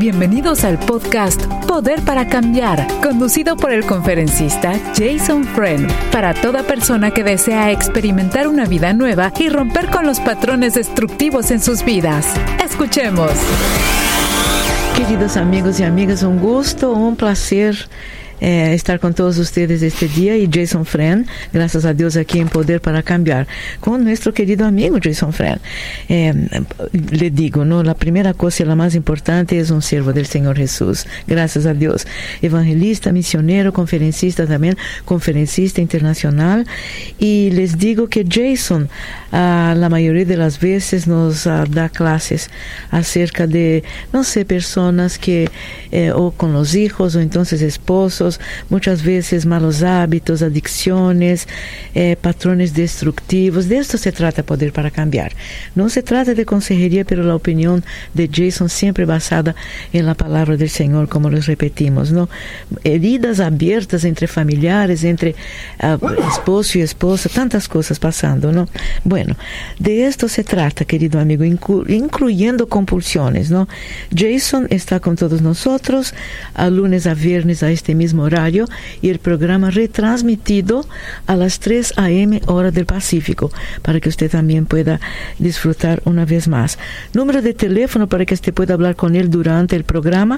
Bienvenidos al podcast Poder para Cambiar, conducido por el conferencista Jason Friend, para toda persona que desea experimentar una vida nueva y romper con los patrones destructivos en sus vidas. Escuchemos. Queridos amigos y amigas, un gusto, un placer estar con todos ustedes este día, y Jason Friend, gracias a Dios, aquí en Poder para Cambiar, con nuestro querido amigo Jason Friend. Le digo, ¿no? La primera cosa y la más importante es un siervo del Señor Jesús, gracias a Dios, evangelista, misionero, conferencista también, conferencista internacional, y les digo que Jason, la mayoría de las veces nos da clases acerca de, no sé, personas que, o con los hijos, o entonces esposos, muchas veces malos hábitos, adicciones, patrones destructivos. De esto se trata Poder para Cambiar. No se trata de consejería, pero la opinión de Jason siempre basada en la palabra del Señor, como les repetimos, ¿no? Heridas abiertas entre familiares, entre esposo y esposa, tantas cosas pasando, ¿no? Bueno, de esto se trata, querido amigo, incluyendo compulsiones, ¿no? Jason está con todos nosotros a lunes a viernes a este mismo horario, y el programa retransmitido a las 3 a.m. hora del Pacífico, para que usted también pueda disfrutar una vez más. Número de teléfono para que usted pueda hablar con él durante el programa: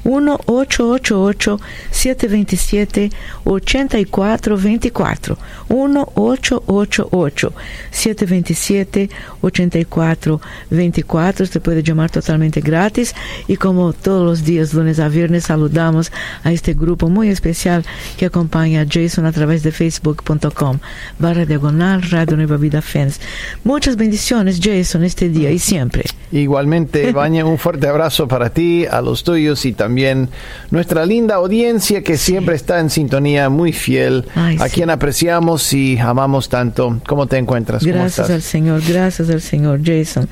1-888-727-8424. 1-888-727-8424. Usted puede llamar totalmente gratis, y como todos los días, lunes a viernes, saludamos a este grupo muy especial que acompaña a Jason a través de facebook.com/Radio Nueva Vida Fans. Muchas bendiciones, Jason, este día y siempre. Igualmente, Vania, un fuerte abrazo para ti, a los tuyos, y también nuestra linda audiencia que siempre está en sintonía, muy fiel, a quien apreciamos y amamos tanto. ¿Cómo te encuentras? Gracias al Señor, Jason.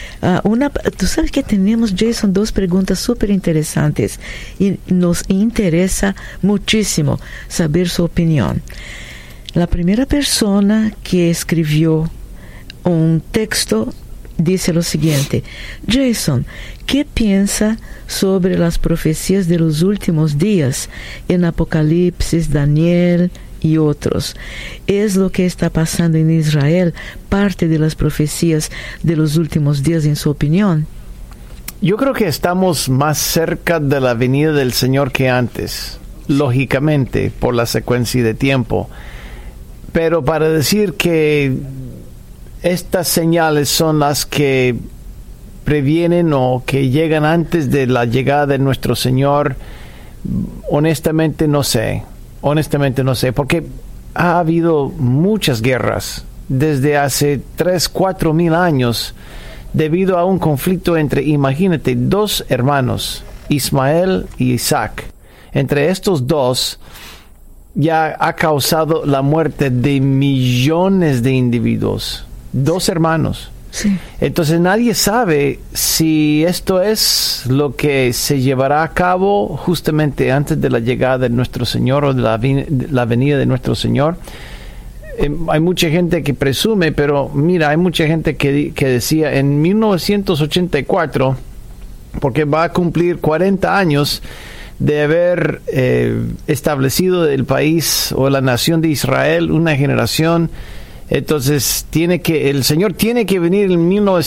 Tú sabes que tenemos, Jason, dos preguntas súper interesantes, y nos interesa muchísimo saber su opinión. La primera persona que escribió un texto dice lo siguiente: Jason, ¿qué piensa sobre las profecías de los últimos días en Apocalipsis, Daniel y otros? ¿Es lo que está pasando en Israel parte de las profecías de los últimos días, en su opinión? Yo creo que estamos más cerca de la venida del Señor que antes, lógicamente, por la secuencia de tiempo. Pero para decir que estas señales son las que previenen o que llegan antes de la llegada de nuestro Señor, honestamente no sé, porque ha habido muchas guerras desde hace 3-4 mil años debido a un conflicto entre, imagínate, dos hermanos, Ismael y Isaac. Entre estos dos ya ha causado la muerte de millones de individuos, dos hermanos. Sí. Entonces nadie sabe si esto es lo que se llevará a cabo justamente antes de la llegada de nuestro Señor, o de la venida de nuestro Señor. Hay mucha gente que presume, pero mira, hay mucha gente que decía en 1984, porque va a cumplir 40 años de haber establecido el país o la nación de Israel, una generación. Entonces el Señor tiene que venir en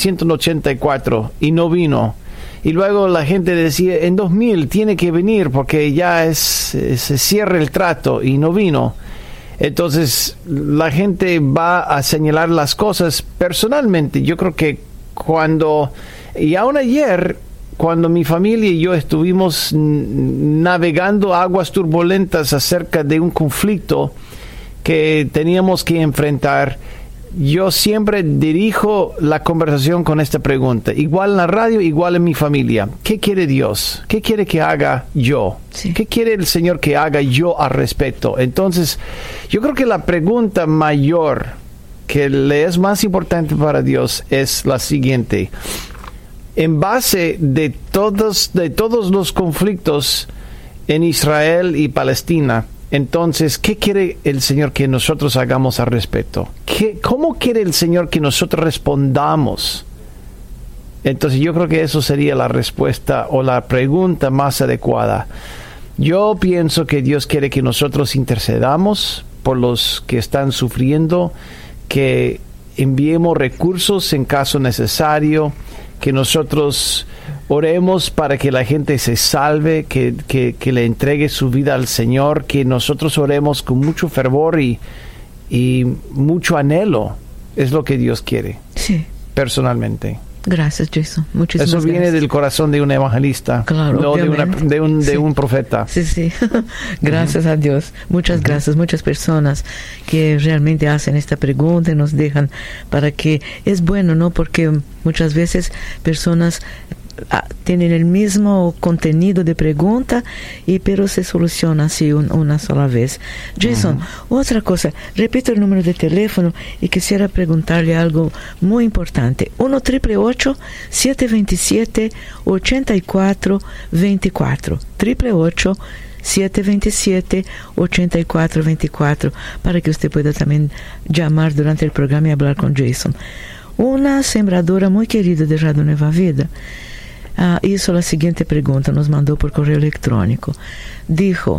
1984, y no vino. Y luego la gente decía en 2000 tiene que venir porque ya se cierra el trato, y no vino. Entonces la gente va a señalar las cosas. Personalmente, yo creo que y aún ayer, cuando mi familia y yo estuvimos navegando aguas turbulentas acerca de un conflicto que teníamos que enfrentar, yo siempre dirijo la conversación con esta pregunta, igual en la radio, igual en mi familia: ¿qué quiere Dios? ¿Qué quiere que haga yo? Sí. ¿Qué quiere el Señor que haga yo al respecto? Entonces, yo creo que la pregunta mayor que le es más importante para Dios es la siguiente: en base de todos los conflictos en Israel y Palestina, entonces, ¿qué quiere el Señor que nosotros hagamos al respecto? ¿Cómo quiere el Señor que nosotros respondamos Entonces yo creo que eso sería la respuesta o la pregunta más adecuada. Yo pienso que Dios quiere que nosotros intercedamos por los que están sufriendo, que enviemos recursos en caso necesario, que nosotros oremos para que la gente se salve, que le entregue su vida al Señor, que nosotros oremos con mucho fervor y mucho anhelo. Es lo que Dios quiere. Sí. Personalmente. Gracias, Jason. Muchísimas gracias. Eso viene del corazón de un evangelista, claro, no de un profeta. Sí, sí. Gracias a Dios. Muchas gracias. Muchas personas que realmente hacen esta pregunta y nos dejan para que es bueno, ¿no? Porque muchas veces personas tienen el mismo contenido de pregunta pero se soluciona así una sola vez. Jason, otra cosa, repito el número de teléfono y quisiera preguntarle algo muy importante. 1-888-727-8424 727-8424 para que usted pueda también llamar durante el programa y hablar con Jason. Una sembradora muy querida de Radio Nueva Vida hizo la siguiente pregunta, nos mandó por correo electrónico. Dijo,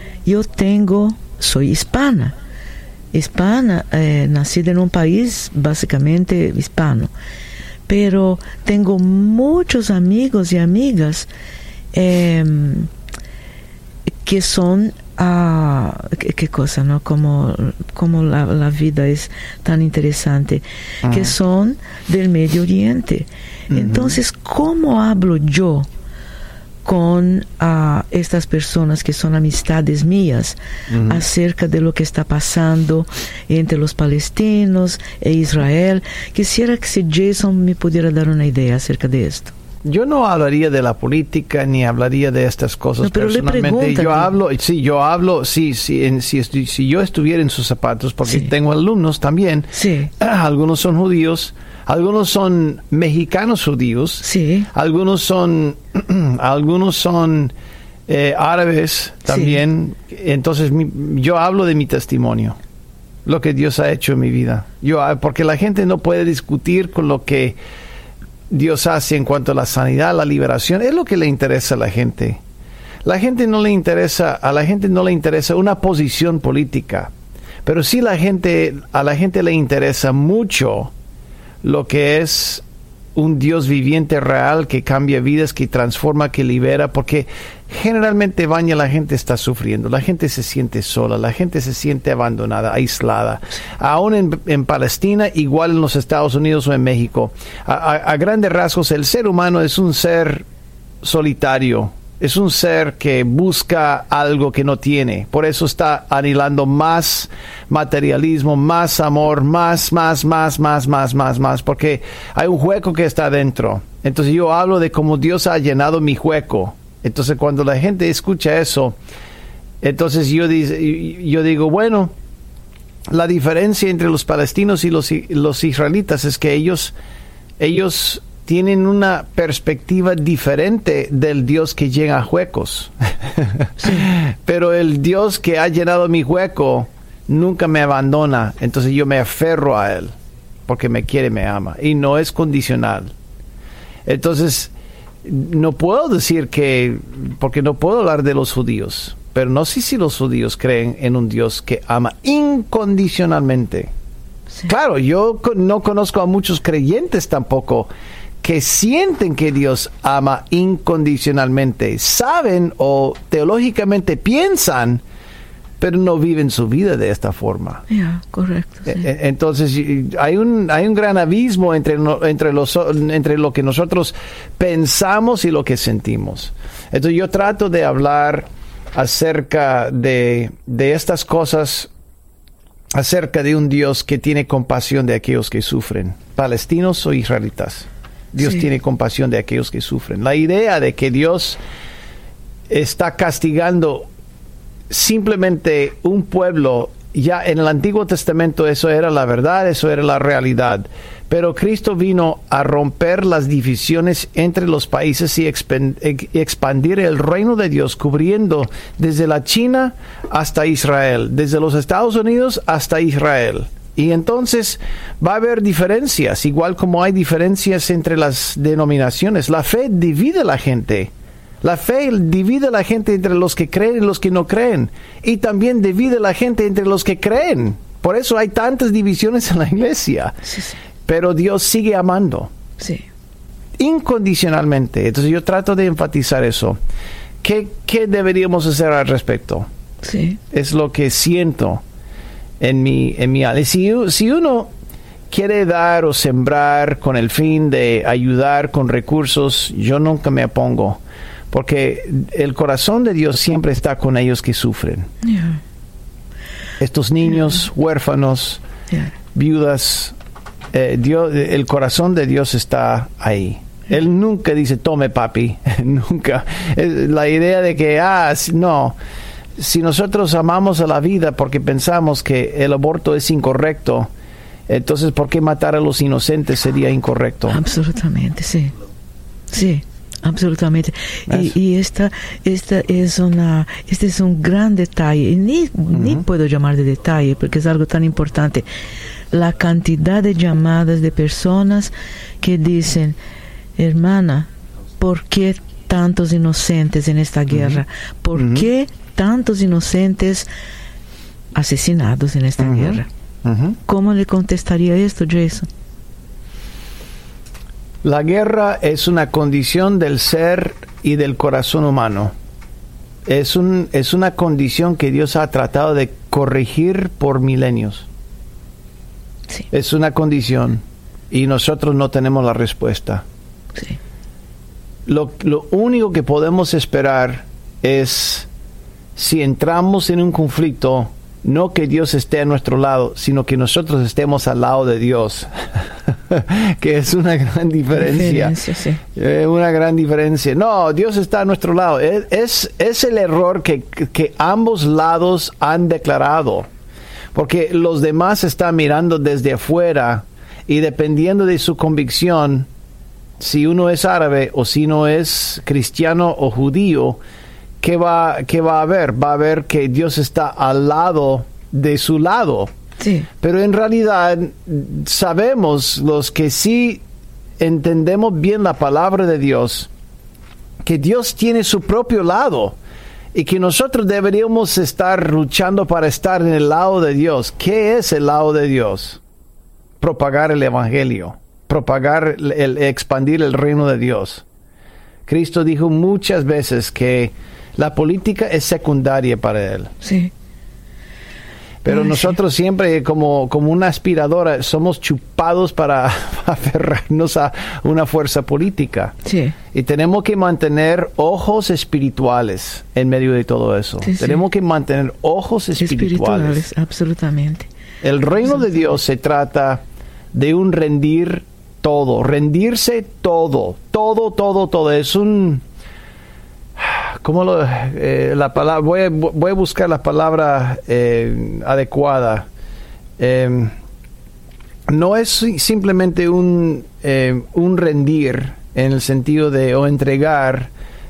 soy hispana, nacida en un país básicamente hispano, pero tengo muchos amigos y amigas que son qué cosa, ¿no? Como la vida es tan interesante, que son del Medio Oriente. Entonces, ¿cómo hablo yo con estas personas que son amistades mías acerca de lo que está pasando entre los palestinos e Israel? Quisiera que si Jason me pudiera dar una idea acerca de esto. Yo no hablaría de la política ni hablaría de estas cosas, no, pero personalmente. Si yo estuviera en sus zapatos, porque tengo alumnos también, algunos son judíos, algunos son mexicanos judíos, algunos son árabes también. Entonces yo hablo de mi testimonio, lo que Dios ha hecho en mi vida. Porque la gente no puede discutir con lo que Dios hace en cuanto a la sanidad, la liberación. Es lo que le interesa a la gente. A la gente no le interesa una posición política, pero sí a la gente le interesa mucho lo que es un Dios viviente real que cambia vidas, que transforma, que libera, porque generalmente la gente está sufriendo, la gente se siente sola, la gente se siente abandonada, aislada. Aún en Palestina, igual en los Estados Unidos o en México. A grandes rasgos, el ser humano es un ser solitario. Es un ser que busca algo que no tiene. Por eso está anhelando más materialismo, más amor, más, porque hay un hueco que está dentro. Entonces yo hablo de cómo Dios ha llenado mi hueco. Entonces cuando la gente escucha eso, entonces yo digo, bueno, la diferencia entre los palestinos y los israelitas es que ellos tienen una perspectiva diferente del Dios que llena huecos. Pero el Dios que ha llenado mi hueco nunca me abandona. Entonces yo me aferro a Él porque me quiere, me ama. Y no es condicional. Entonces no puedo decir porque no puedo hablar de los judíos. Pero no sé si los judíos creen en un Dios que ama incondicionalmente. Sí. Claro, yo no conozco a muchos creyentes tampoco que sienten que Dios ama incondicionalmente, saben o teológicamente piensan, pero no viven su vida de esta forma. Correcto. Sí. Entonces hay un gran abismo entre lo que nosotros pensamos y lo que sentimos. Entonces yo trato de hablar acerca de estas cosas, acerca de un Dios que tiene compasión de aquellos que sufren, palestinos o israelitas. Dios tiene compasión de aquellos que sufren. La idea de que Dios está castigando simplemente un pueblo, ya en el Antiguo Testamento eso era la verdad, eso era la realidad. Pero Cristo vino a romper las divisiones entre los países y expandir el reino de Dios, cubriendo desde la China hasta Israel, desde los Estados Unidos hasta Israel. Y entonces va a haber diferencias, igual como hay diferencias entre las denominaciones. La fe divide a la gente. La fe divide a la gente entre los que creen y los que no creen. Y también divide a la gente entre los que creen. Por eso hay tantas divisiones en la iglesia. Sí, sí. Pero Dios sigue amando. Sí. Incondicionalmente. Entonces yo trato de enfatizar eso. ¿Qué deberíamos hacer al respecto? Sí. Es lo que siento en mi alma. Si uno quiere dar o sembrar con el fin de ayudar con recursos, yo nunca me opongo, porque el corazón de Dios siempre está con ellos que sufren. Yeah. Estos niños, huérfanos, viudas, el corazón de Dios está ahí. Él nunca dice, tome papi, nunca. La idea de que, no. Si nosotros amamos a la vida porque pensamos que el aborto es incorrecto, entonces ¿por qué matar a los inocentes sería incorrecto? Absolutamente, sí. Sí, absolutamente. Y este es un gran detalle. Y ni puedo llamar de detalle porque es algo tan importante. La cantidad de llamadas de personas que dicen, hermana, ¿por qué tantos inocentes en esta guerra? ¿Por qué tantos inocentes asesinados en esta guerra? ¿Cómo le contestaría esto, Jason? La guerra es una condición del ser y del corazón humano. Es una condición que Dios ha tratado de corregir por milenios. Sí. Es una condición y nosotros no tenemos la respuesta. Sí. Lo único que podemos esperar es, si entramos en un conflicto, no que Dios esté a nuestro lado, sino que nosotros estemos al lado de Dios. Que es una gran diferencia. Sí. Una gran diferencia. No, Dios está a nuestro lado. Es el error que ambos lados han declarado. Porque los demás están mirando desde afuera y dependiendo de su convicción, si uno es árabe o si no es cristiano o judío, ¿qué va a haber? Va a haber que Dios está al lado de su lado. Sí. Pero en realidad sabemos, los que sí entendemos bien la palabra de Dios, que Dios tiene su propio lado y que nosotros deberíamos estar luchando para estar en el lado de Dios. ¿Qué es el lado de Dios? Propagar el evangelio, expandir el reino de Dios. Cristo dijo muchas veces que la política es secundaria para él. Sí. Pero nosotros siempre, como una aspiradora, somos chupados para aferrarnos a una fuerza política. Sí. Y tenemos que mantener ojos espirituales en medio de todo eso. Sí, tenemos que mantener ojos espirituales. Absolutamente. El reino de Dios se trata de un rendirse todo. Es un... ¿Cómo la palabra? Voy a buscar la palabra adecuada. No es simplemente un rendir en el sentido de entregar,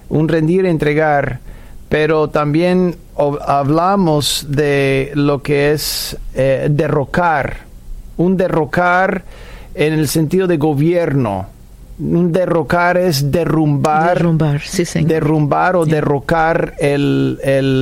pero también hablamos de lo que es derrocar, un derrocar en el sentido de gobierno. Un derrocar es derrumbar, sí, señor. Derrumbar o derrocar el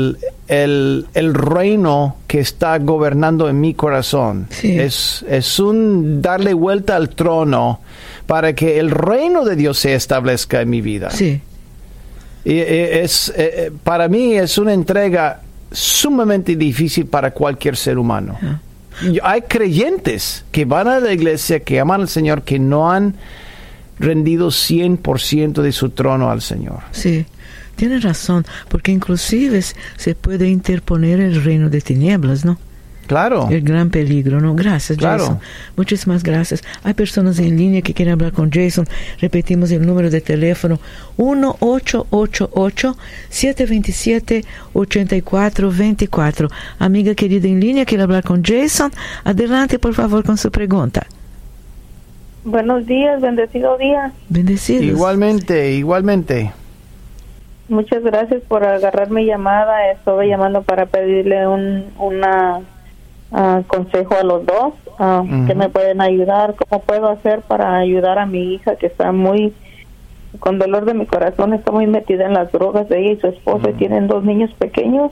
reino que está gobernando en mi corazón. Sí. Es un darle vuelta al trono para que el reino de Dios se establezca en mi vida. Sí. Y para mí es una entrega sumamente difícil para cualquier ser humano. Hay creyentes que van a la iglesia, que aman al Señor, que no han rendido 100% de su trono al Señor. Sí, tiene razón, porque inclusive se puede interponer el reino de tinieblas, ¿no? Claro. El gran peligro, ¿no? Gracias, claro. Jason. Muchísimas gracias. Hay personas en línea que quieren hablar con Jason. Repetimos el número de teléfono: 1-888-727-8424. Amiga querida en línea, quiere hablar con Jason. Adelante, por favor, con su pregunta. Buenos días, bendecido día. Bendecidos. Igualmente. Muchas gracias por agarrar mi llamada. Estoy llamando para pedirle un consejo a los dos. que me pueden ayudar. ¿Cómo puedo hacer para ayudar a mi hija que está muy, con dolor de mi corazón, está muy metida en las drogas, ella y su esposo, y tienen 2 niños pequeños?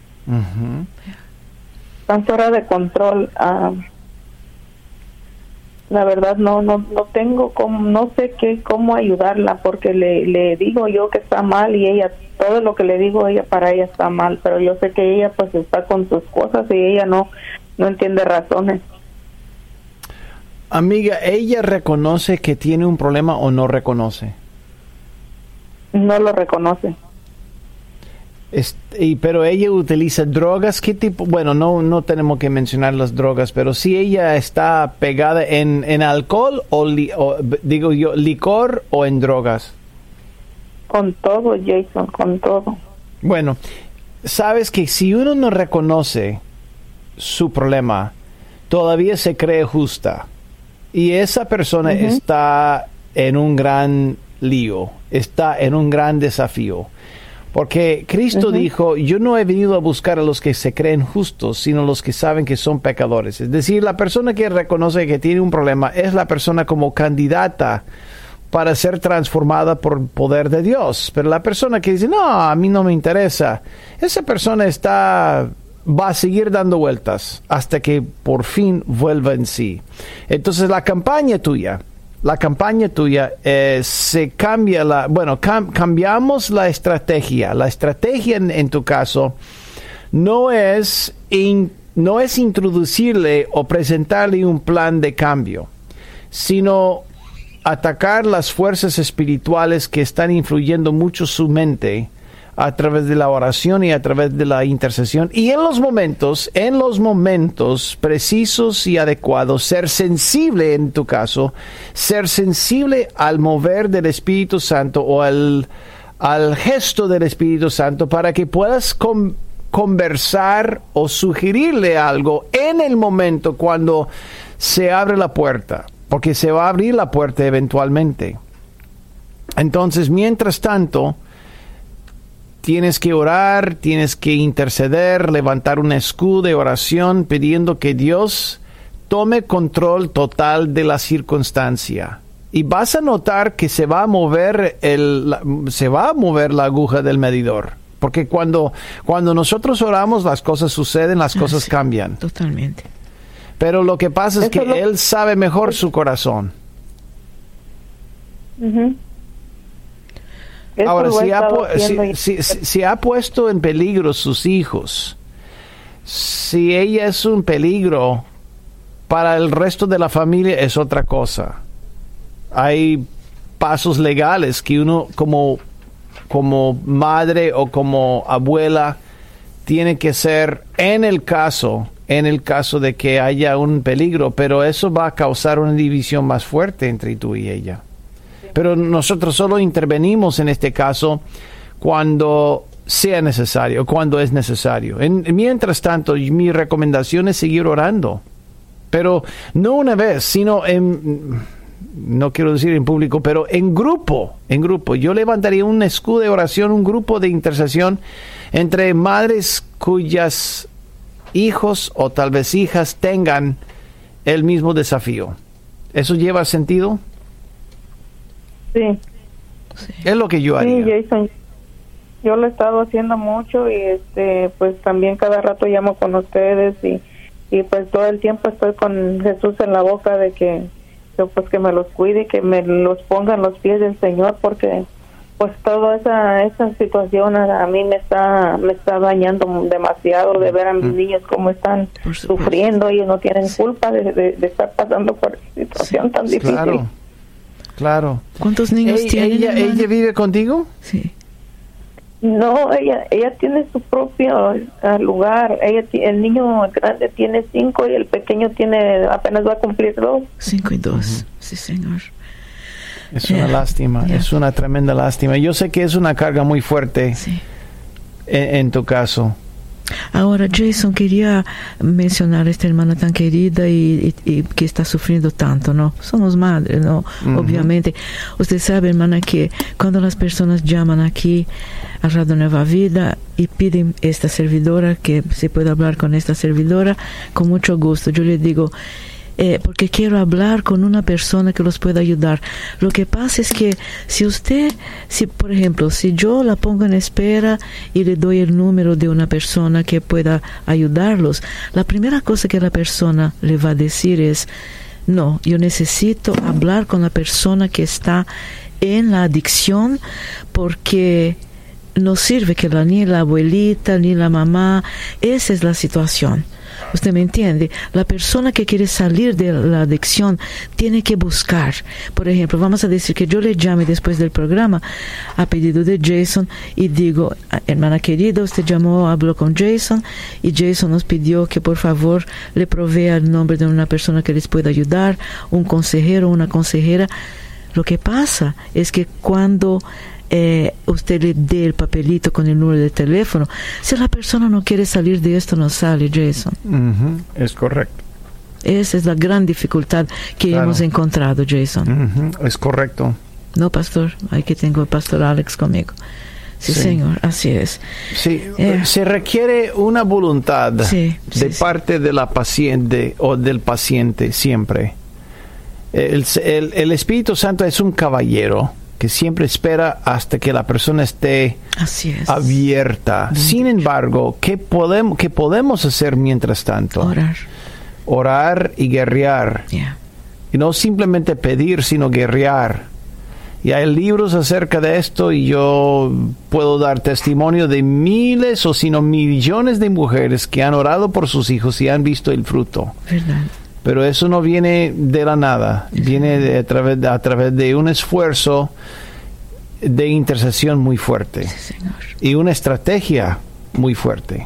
Están fuera de control. La verdad no tengo cómo, no sé cómo ayudarla, porque le digo yo que está mal, y ella, todo lo que le digo para ella está mal, pero yo sé que ella pues está con sus cosas y ella no entiende razones. Amiga, ¿ella reconoce que tiene un problema o no reconoce? No lo reconoce. Pero ella utiliza drogas, ¿qué tipo? Bueno, no tenemos que mencionar las drogas, pero si ella está pegada en alcohol o digo yo, licor o en drogas. Con todo, Jason, con todo. Bueno, sabes que si uno no reconoce su problema, todavía se cree justa. Y esa persona está en un gran lío, está en un gran desafío. Porque Cristo dijo, yo no he venido a buscar a los que se creen justos, sino los que saben que son pecadores. Es decir, la persona que reconoce que tiene un problema es la persona como candidata para ser transformada por el poder de Dios. Pero la persona que dice, no, a mí no me interesa, esa persona va a seguir dando vueltas hasta que por fin vuelva en sí. Entonces la campaña tuya se cambia cambiamos la estrategia. La estrategia en tu caso no es introducirle o presentarle un plan de cambio, sino atacar las fuerzas espirituales que están influyendo mucho su mente a través de la oración y a través de la intercesión, y en los momentos precisos y adecuados, ser sensible en tu caso, ser sensible al mover del Espíritu Santo o al gesto del Espíritu Santo, para que puedas conversar o sugerirle algo en el momento cuando se abre la puerta, porque se va a abrir la puerta eventualmente. Entonces, mientras tanto, tienes que orar, tienes que interceder, levantar un escudo de oración pidiendo que Dios tome control total de la circunstancia. Y vas a notar que se va a mover la aguja del medidor. Porque cuando nosotros oramos, las cosas suceden, las cosas cambian. Totalmente. Pero lo que pasa es que Él sabe mejor su corazón. Ahora, si ha puesto en peligro sus hijos, si ella es un peligro para el resto de la familia, es otra cosa. Hay pasos legales que uno como madre o como abuela tiene que hacer en el caso de que haya un peligro, pero eso va a causar una división más fuerte entre tú y ella. Pero nosotros solo intervenimos en este caso cuando sea necesario, cuando es necesario. Mientras tanto, mi recomendación es seguir orando. Pero no una vez, sino no quiero decir en público, pero en grupo. Yo levantaría un escudo de oración, un grupo de intercesión entre madres cuyas hijos o tal vez hijas tengan el mismo desafío. ¿Eso lleva sentido? Sí. Es lo que yo haría. Sí, Jason, yo lo he estado haciendo mucho y pues también cada rato llamo con ustedes y pues todo el tiempo estoy con Jesús en la boca de que pues que me los cuide y que me los ponga en los pies del Señor, porque pues toda esa situación a mí me está dañando demasiado de ver a mis niños cómo están sufriendo. Ellos no tienen culpa de estar pasando por esa situación tan difícil. Claro. ¿Cuántos niños tiene? ¿Ella vive contigo? Sí. No, ella tiene su propio lugar. El niño grande tiene 5 y el pequeño apenas va a cumplir 2. 5 y 2, sí, señor. Es una lástima, es una tremenda lástima. Yo sé que es una carga muy fuerte en tu caso. Ahora, Jason, quería mencionar a esta hermana tan querida y que está sufriendo tanto, ¿no? Somos madres, ¿no? Obviamente. Usted sabe, hermana, que cuando las personas llaman aquí a Radio Nueva Vida y piden esta servidora, que se pueda hablar con esta servidora, con mucho gusto. Yo le digo, porque quiero hablar con una persona que los pueda ayudar. Lo que pasa es que si por ejemplo, si yo la pongo en espera y le doy el número de una persona que pueda ayudarlos, la primera cosa que la persona le va a decir es: no, yo necesito hablar con la persona que está en la adicción, porque no sirve que ni la abuelita ni la mamá. Esa es la situación. ¿Usted me entiende? La persona que quiere salir de la adicción tiene que buscar. Por ejemplo, vamos a decir que yo le llame después del programa a pedido de Jason y digo: hermana querida, usted llamó, habló con Jason y Jason nos pidió que por favor le provea el nombre de una persona que les pueda ayudar, un consejero, una consejera. Lo que pasa es que cuando usted le dé el papelito con el número de teléfono, si la persona no quiere salir de esto, no sale, Jason. Es correcto. Esa es la gran dificultad que hemos encontrado, Jason. Es correcto. No, pastor, aquí tengo el pastor Alex conmigo. Sí, señor, así es. Sí, se requiere una voluntad de parte de la paciente o del paciente siempre. El Espíritu Santo es un caballero que siempre espera hasta que la persona esté abierta. Sin embargo, ¿qué podemos hacer mientras tanto? Orar y guerrear. Y no simplemente pedir, sino guerrear. Y hay libros acerca de esto, y yo puedo dar testimonio de miles o sino millones de mujeres que han orado por sus hijos y han visto el fruto. ¿Verdad? Pero eso no viene de la nada, viene a través de un esfuerzo de intercesión muy fuerte y una estrategia muy fuerte.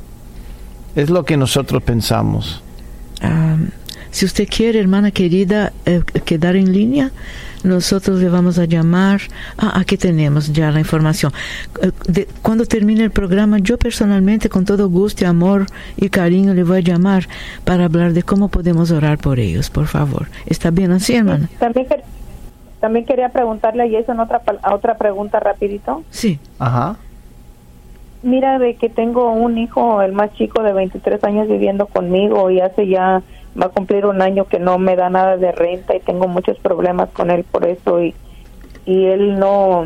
Es lo que nosotros pensamos. Si usted quiere, hermana querida, quedar en línea, nosotros le vamos a llamar. Aquí tenemos ya la información. Cuando termine el programa, yo personalmente, con todo gusto, amor y cariño, le voy a llamar para hablar de cómo podemos orar por ellos, por favor. ¿Está bien así, hermana? También quería preguntarle a Jason otra pregunta rapidito. Sí. Ajá. Mira, de que tengo un hijo, el más chico, de 23 años viviendo conmigo, y va a cumplir un año que no me da nada de renta, y tengo muchos problemas con él por eso, y él no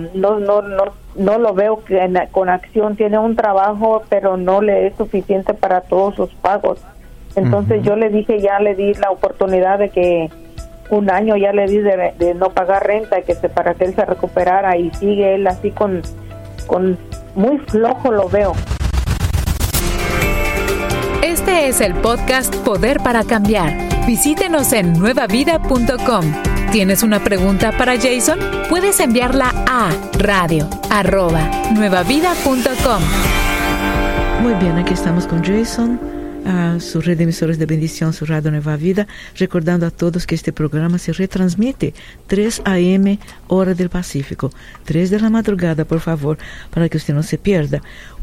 lo veo que con acción. Tiene un trabajo, pero no le es suficiente para todos sus pagos. Entonces yo le dije, ya le di la oportunidad de que un año ya le di de no pagar renta, para que él se recuperara, y sigue él así con muy flojo, lo veo. Este es el podcast Poder para Cambiar. Visítenos en nuevavida.com. ¿Tienes una pregunta para Jason? Puedes enviarla a radio@nuevavida.com. Muy bien, aquí estamos con Jason, a su red de emisores de bendición, su Radio Nueva Vida, recordando a todos que este programa se retransmite 3 a.m. hora del Pacífico, 3 de la madrugada, por favor, para que usted no se pierda.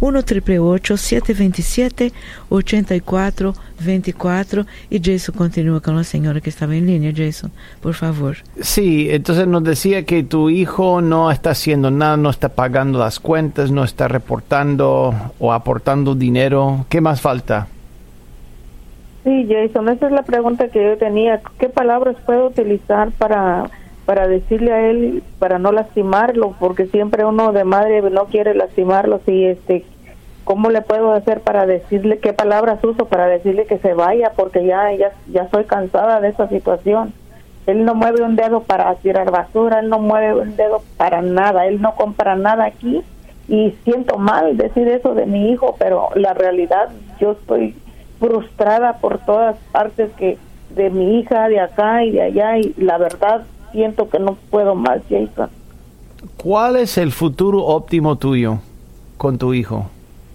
1-888-727-8424. Y Jason continúa con la señora que estaba en línea. Jason, por favor. Sí, entonces nos decía que tu hijo no está haciendo nada, no está pagando las cuentas, no está reportando o aportando dinero. ¿Qué más falta? Sí, Jason, esa es la pregunta que yo tenía. ¿Qué palabras puedo utilizar para decirle a él, para no lastimarlo? Porque siempre uno de madre no quiere lastimarlo. Sí, ¿cómo le puedo hacer para decirle, qué palabras uso para decirle que se vaya? Porque ya estoy cansada de esa situación. Él no mueve un dedo para tirar basura, él no mueve un dedo para nada, él no compra nada aquí. Y siento mal decir eso de mi hijo, pero la realidad, yo estoy frustrada por todas partes, que de mi hija, de acá y de allá, y la verdad siento que no puedo más, Jason. ¿Cuál es el futuro óptimo tuyo con tu hijo?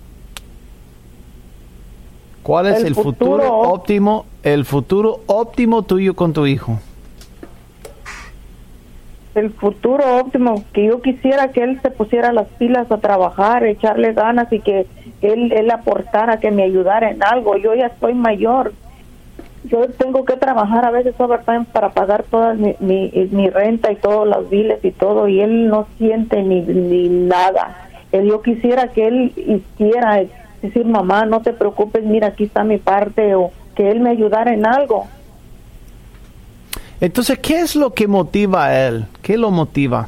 ¿Cuál es el futuro óptimo tuyo con tu hijo? El futuro óptimo, que yo quisiera que él se pusiera las pilas a trabajar, echarle ganas, y que él aportara, que me ayudara en algo. Yo ya estoy mayor, yo tengo que trabajar a veces overtime para pagar toda mi renta y todos los biles y todo, y él no siente ni nada. Yo quisiera que él hiciera, decir, mamá, no te preocupes, mira, aquí está mi parte, o que él me ayudara en algo. Entonces, ¿qué es lo que motiva a él? ¿Qué lo motiva?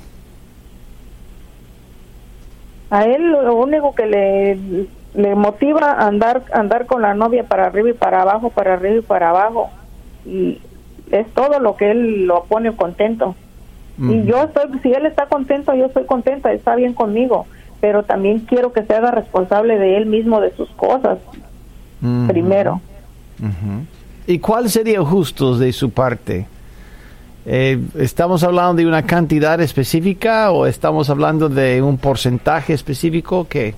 A él lo único que le motiva a andar con la novia para arriba y para abajo, para arriba y para abajo. Y es todo lo que él lo pone contento. Y yo si él está contento, yo estoy contenta, está bien conmigo, pero también quiero que se haga responsable de él mismo, de sus cosas, primero. ¿Y cuál sería justo de su parte? ¿Estamos hablando de una cantidad específica o estamos hablando de un porcentaje específico? ¿Qué?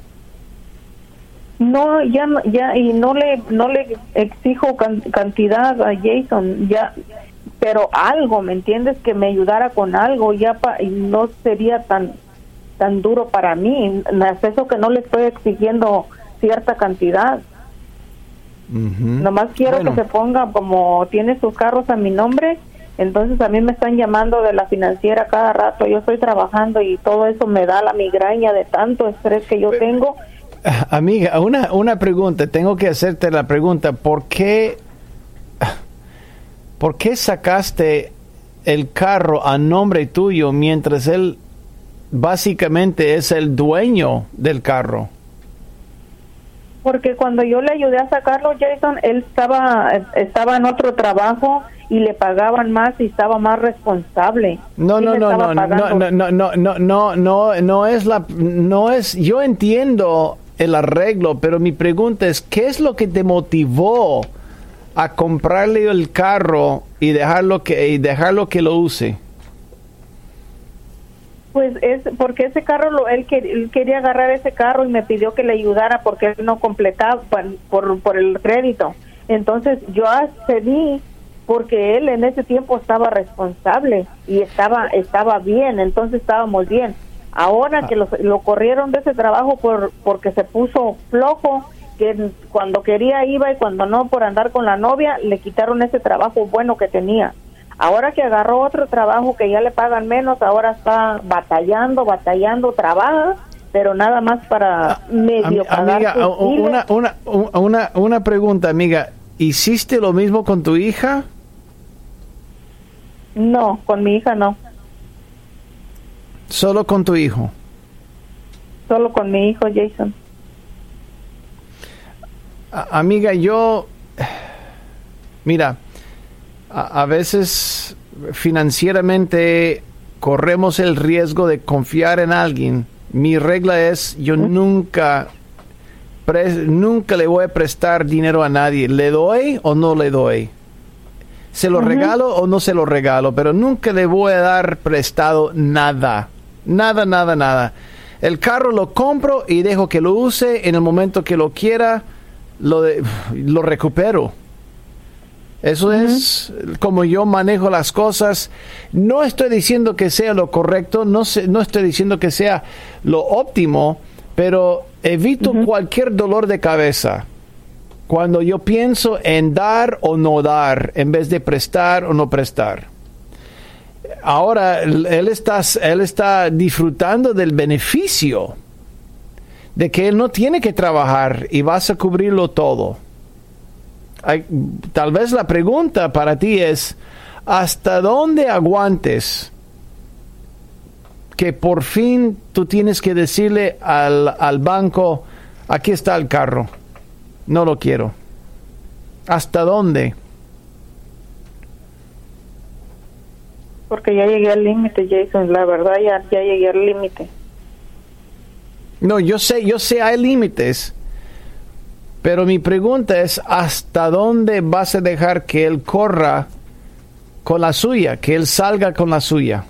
No, ya, y no le exijo cantidad a Jason, ya, pero algo, ¿me entiendes? Que me ayudara con algo, y no sería tan duro para mí. Es eso que no le estoy exigiendo cierta cantidad. Nomás quiero que se ponga, como tiene sus carros a mi nombre, entonces a mí me están llamando de la financiera cada rato. Yo estoy trabajando y todo eso me da la migraña de tanto estrés que yo tengo. Amiga, una pregunta, tengo que hacerte la pregunta, ¿por qué sacaste el carro a nombre tuyo mientras él básicamente es el dueño del carro? Porque cuando yo le ayudé a sacarlo, Jason, él estaba en otro trabajo y le pagaban más y estaba más responsable. No es, yo entiendo el arreglo, pero mi pregunta es, ¿qué es lo que te motivó a comprarle el carro y dejarlo que lo use? Pues es porque ese carro él quería agarrar ese carro y me pidió que le ayudara porque él no completaba por el crédito. Entonces yo accedí porque él en ese tiempo estaba responsable y estaba bien, entonces estábamos bien. Ahora que lo corrieron de ese trabajo porque se puso flojo, que cuando quería iba y cuando no por andar con la novia, le quitaron ese trabajo bueno que tenía. Ahora que agarró otro trabajo que ya le pagan menos, ahora está batallando, trabaja, pero nada más para medio pagar. Amiga, una pregunta, amiga. ¿Hiciste lo mismo con tu hija? No, con mi hija no. ¿Solo con tu hijo? Solo con mi hijo, Jason. Amiga, mira, a veces financieramente corremos el riesgo de confiar en alguien. Mi regla es, yo nunca le voy a prestar dinero a nadie. ¿Le doy o no le doy? ¿Se lo regalo o no se lo regalo? Pero nunca le voy a dar prestado nada. Nada. El carro lo compro y dejo que lo use. En el momento que lo quiera, lo recupero. Eso es como yo manejo las cosas. No estoy diciendo que sea lo correcto, no estoy diciendo que sea lo óptimo, pero evito cualquier dolor de cabeza cuando yo pienso en dar o no dar, en vez de prestar o no prestar. Ahora, él está disfrutando del beneficio de que él no tiene que trabajar y vas a cubrirlo todo. Tal vez la pregunta para ti es, ¿hasta dónde aguantes que por fin tú tienes que decirle al banco, aquí está el carro, no lo quiero? ¿Hasta dónde? Porque ya llegué al límite, Jason, la verdad ya llegué al límite. No, yo sé, hay límites. Pero mi pregunta es, ¿hasta dónde vas a dejar que él corra con la suya, que él salga con la suya?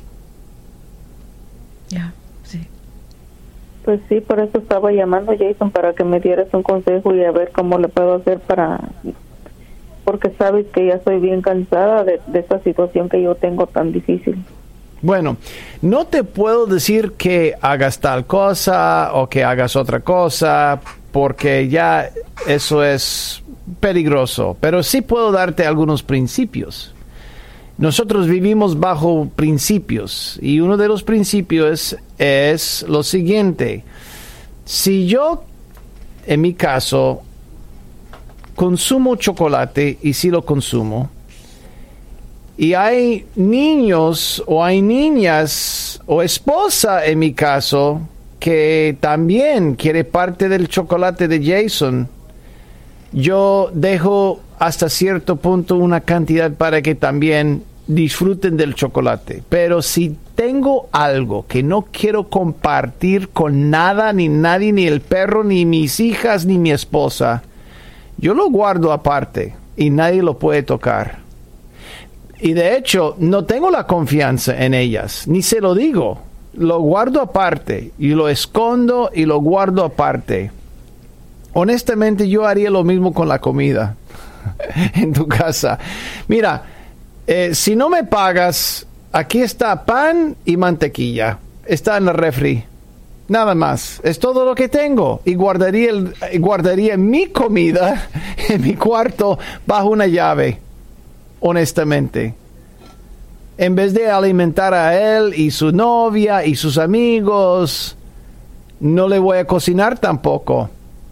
Ya, sí. Pues sí, por eso estaba llamando, Jason, para que me dieras un consejo y a ver cómo le puedo hacer porque sabes que ya estoy bien cansada de esta situación que yo tengo tan difícil. Bueno, no te puedo decir que hagas tal cosa o que hagas otra cosa, porque ya eso es peligroso, pero sí puedo darte algunos principios. Nosotros vivimos bajo principios y uno de los principios es lo siguiente: si yo, en mi caso, consumo chocolate y si lo consumo, Y hay niños o hay niñas o esposa en mi caso que también quiere parte del chocolate de Jason. Yo dejo hasta cierto punto una cantidad para que también disfruten del chocolate. Pero si tengo algo que no quiero compartir con nada, ni nadie, ni el perro, ni mis hijas, ni mi esposa, yo lo guardo aparte y nadie lo puede tocar. Y de hecho, no tengo la confianza en ellas, ni se lo digo. Lo guardo aparte y lo escondo y lo guardo aparte. Honestamente, yo haría lo mismo con la comida en tu casa. Mira, si no me pagas, aquí está pan y mantequilla. Está en el refri. Nada más. Es todo lo que tengo. Y guardaría mi comida en mi cuarto bajo una llave. Honestamente. En vez de alimentar a él y su novia y sus amigos, no le voy a cocinar tampoco.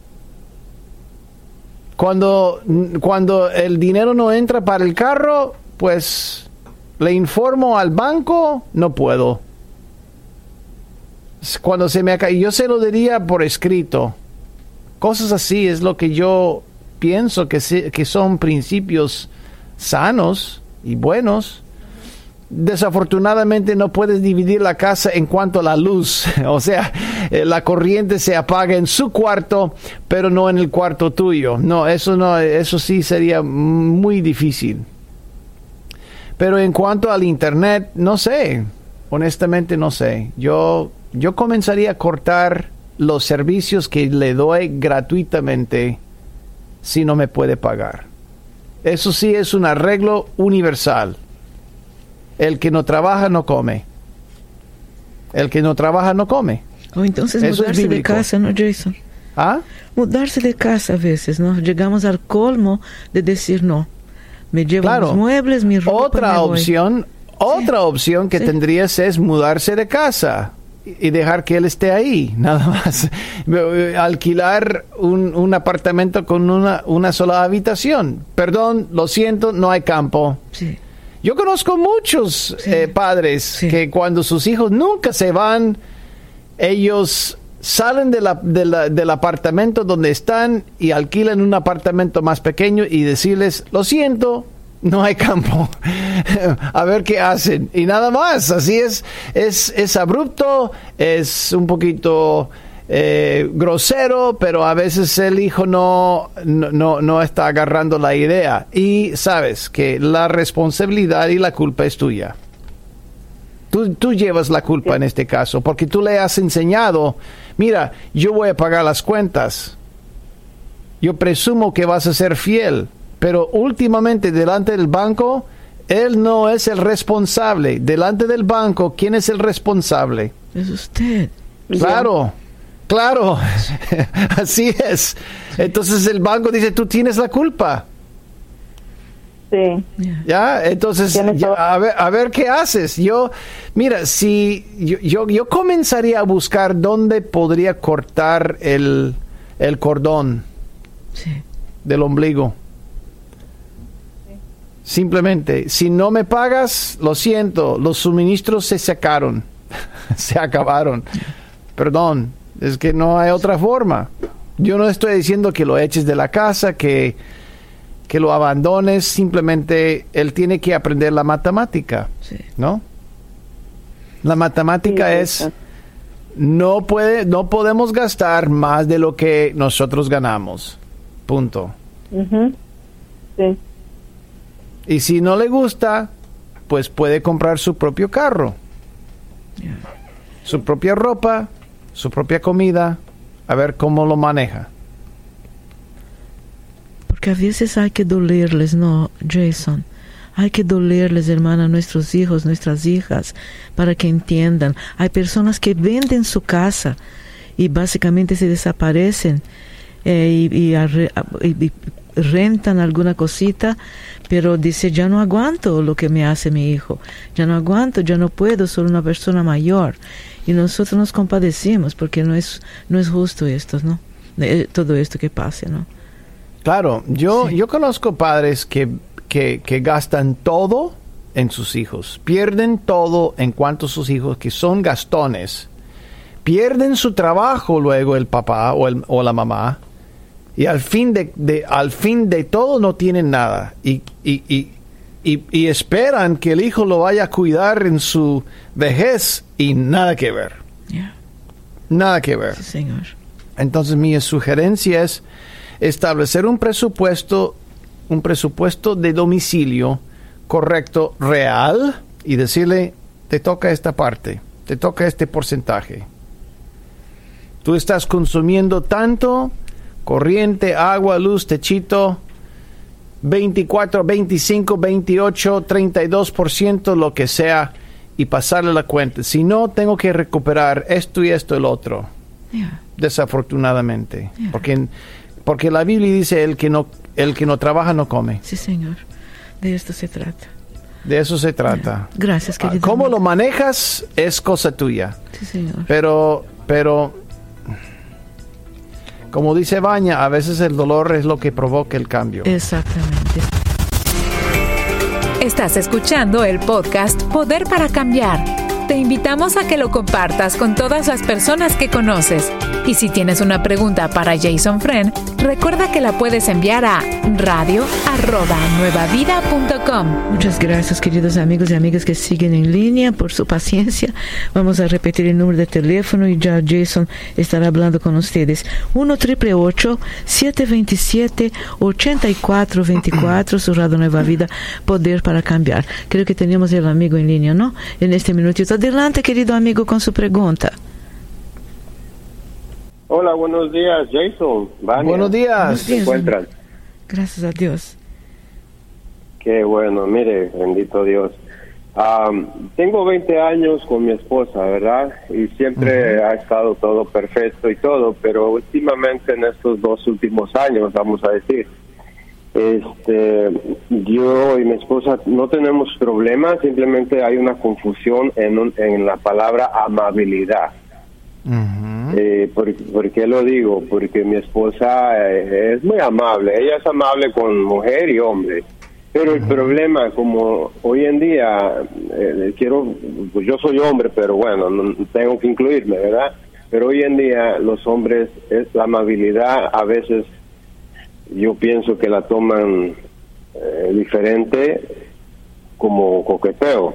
Cuando el dinero no entra para el carro, pues le informo al banco, no puedo. Cuando se me cae, yo se lo diría por escrito. Cosas así es lo que yo pienso que son principios sanos y buenos. Desafortunadamente no puedes dividir la casa en cuanto a la luz. O sea, la corriente se apaga en su cuarto, pero no en el cuarto tuyo. No, eso sí sería muy difícil. Pero en cuanto al internet, no sé. Honestamente no sé. Yo comenzaría a cortar los servicios que le doy gratuitamente si no me puede pagar. Eso sí es un arreglo universal. El que no trabaja no come. El que no trabaja no come. O entonces Eso mudarse de casa, ¿no, Jason? ¿Ah? Mudarse de casa a veces, ¿no? Llegamos al colmo de decir no. Me llevo los muebles, mi ropa, Otra opción que tendrías es mudarse de casa y dejar que él esté ahí, nada más. Alquilar un apartamento con una sola habitación. Perdón, lo siento, no hay campo. Sí. Yo conozco muchos padres que cuando sus hijos nunca se van, ellos salen del apartamento donde están y alquilan un apartamento más pequeño y decirles, lo siento, no hay campo. A ver qué hacen. Y nada más, así es abrupto, es un poquito grosero, pero a veces el hijo no está agarrando la idea. Y sabes que la responsabilidad y la culpa es tuya. Tú llevas la culpa en este caso, porque tú le has enseñado, mira, yo voy a pagar las cuentas. Yo presumo que vas a ser fiel, pero últimamente delante del banco, él no es el responsable. Delante del banco, ¿quién es el responsable? Es usted. Claro. Claro, así es. Entonces el banco dice, tú tienes la culpa. Sí. Ya, entonces, a ver qué haces. Mira, si yo comenzaría a buscar dónde podría cortar el cordón del ombligo. Simplemente, si no me pagas, lo siento, los suministros se sacaron, se acabaron. Perdón. Es que no hay otra forma. Yo no estoy diciendo que lo eches de la casa, que lo abandones. Simplemente él tiene que aprender la matemática, ¿no? La matemática es no podemos gastar más de lo que nosotros ganamos. Punto. Sí. Y si no le gusta, pues puede comprar su propio carro, su propia ropa, su propia comida, a ver cómo lo maneja. Porque a veces hay que dolerles, ¿no, Jason? Hay que dolerles, hermana, a nuestros hijos, nuestras hijas, para que entiendan. Hay personas que venden su casa y básicamente se desaparecen y rentan alguna cosita, pero dice, ya no aguanto lo que me hace mi hijo, ya no aguanto, ya no puedo, soy una persona mayor. Y nosotros nos compadecimos porque no es justo esto, ¿no? Todo esto que pase, ¿no? Claro, yo conozco padres que gastan todo en sus hijos. Pierden todo en cuanto a sus hijos, que son gastones. Pierden su trabajo luego el papá o la mamá. Y al fin de todo no tienen nada. Y esperan que el hijo lo vaya a cuidar en su vejez y nada que ver. Yeah. Nada que ver. Sí, señor. Entonces mi sugerencia es establecer un presupuesto de domicilio correcto, real, y decirle, te toca esta parte, te toca este porcentaje. Tú estás consumiendo tanto, corriente, agua, luz, techito, 24, 25, 28, 32%, lo que sea, y pasarle la cuenta. Si no, tengo que recuperar esto y esto y el otro. Yeah. Desafortunadamente. Yeah. Porque la Biblia dice, el que no trabaja no come. Sí, señor. De esto se trata. De eso se trata. Yeah. Gracias, querido. Cómo lo manejas es cosa tuya. Sí, señor. Pero como dice Baña, a veces el dolor es lo que provoca el cambio. Exactamente. Estás escuchando el podcast Poder para Cambiar. Te invitamos a que lo compartas con todas las personas que conoces. Y si tienes una pregunta para Jason Friend, recuerda que la puedes enviar a radio@nuevavida.com. Muchas gracias, queridos amigos y amigas que siguen en línea, por su paciencia. Vamos a repetir el número de teléfono y ya Jason estará hablando con ustedes. 1-888-727-8424, su Radio Nueva Vida, Poder para Cambiar. Creo que tenemos el amigo en línea, ¿no? En este minutito. Adelante, querido amigo, con su pregunta. Hola, buenos días, Jason. Vania. Buenos días. Buenos días. ¿Se encuentran? Gracias a Dios. Qué bueno, mire, bendito Dios. Tengo 20 años con mi esposa, ¿verdad? Y siempre ha estado todo perfecto y todo, pero últimamente en estos 2 últimos años, vamos a decir, yo y mi esposa no tenemos problemas, simplemente hay una confusión en la palabra amabilidad. ¿Por qué lo digo? Porque mi esposa es muy amable, ella es amable con mujer y hombre, pero el problema, como hoy en día pues yo soy hombre, pero bueno, no tengo que incluirme, ¿verdad? Pero hoy en día los hombres, la amabilidad a veces yo pienso que la toman diferente, como coqueteo.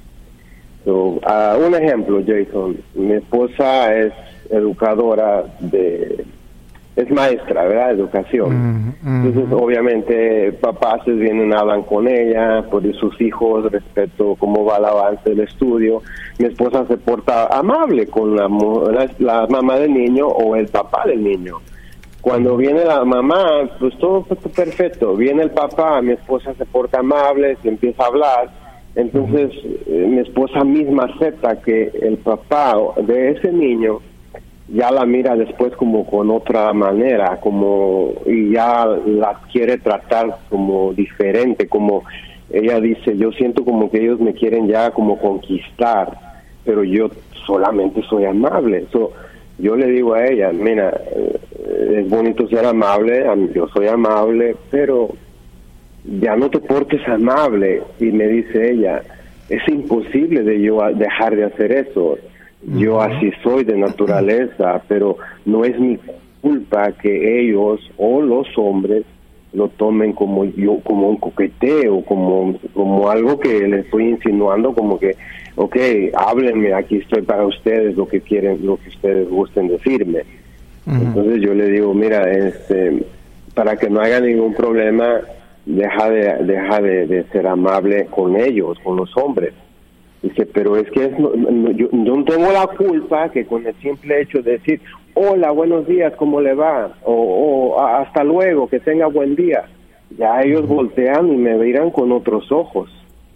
Un ejemplo, Jason, mi esposa es educadora es maestra, ¿verdad? Educación. Entonces, obviamente, papás vienen, hablan con ella por sus hijos respecto a cómo va el avance del estudio. Mi esposa se porta amable con la mamá del niño o el papá del niño. Cuando viene la mamá, pues todo perfecto. Viene el papá, mi esposa se porta amable, se empieza a hablar. Entonces, mi esposa misma acepta que el papá de ese niño ya la mira después como con otra manera, y ya la quiere tratar como diferente, como ella dice, yo siento como que ellos me quieren ya como conquistar, pero yo solamente soy amable. Yo le digo a ella, mira, es bonito ser amable, yo soy amable, pero ya no te portes amable. Y me dice ella, es imposible de yo dejar de hacer eso, yo así soy de naturaleza, pero no es mi culpa que ellos o los hombres lo tomen como un coqueteo, como algo que les estoy insinuando, como que, okay, háblenme, aquí estoy para ustedes, lo que quieren, lo que ustedes gusten decirme. Entonces yo le digo, mira, para que no haya ningún problema, deja de ser amable con ellos, con los hombres. Dice, pero es que yo no tengo la culpa que con el simple hecho de decir, hola, buenos días, ¿cómo le va? O hasta luego, que tenga buen día. Ya ellos voltean y me miran con otros ojos.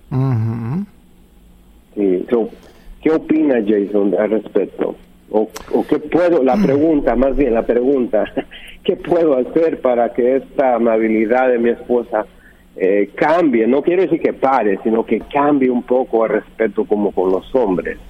Sí. ¿Qué opina Jason al respecto? O qué puedo, la pregunta, ¿qué puedo hacer para que esta amabilidad de mi esposa cambie? No quiero decir que pare, sino que cambie un poco al respecto como con los hombres.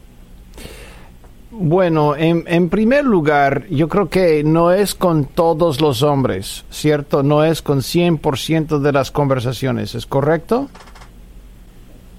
Bueno, en primer lugar, yo creo que no es con todos los hombres, ¿cierto? No es con 100% de las conversaciones, ¿es correcto?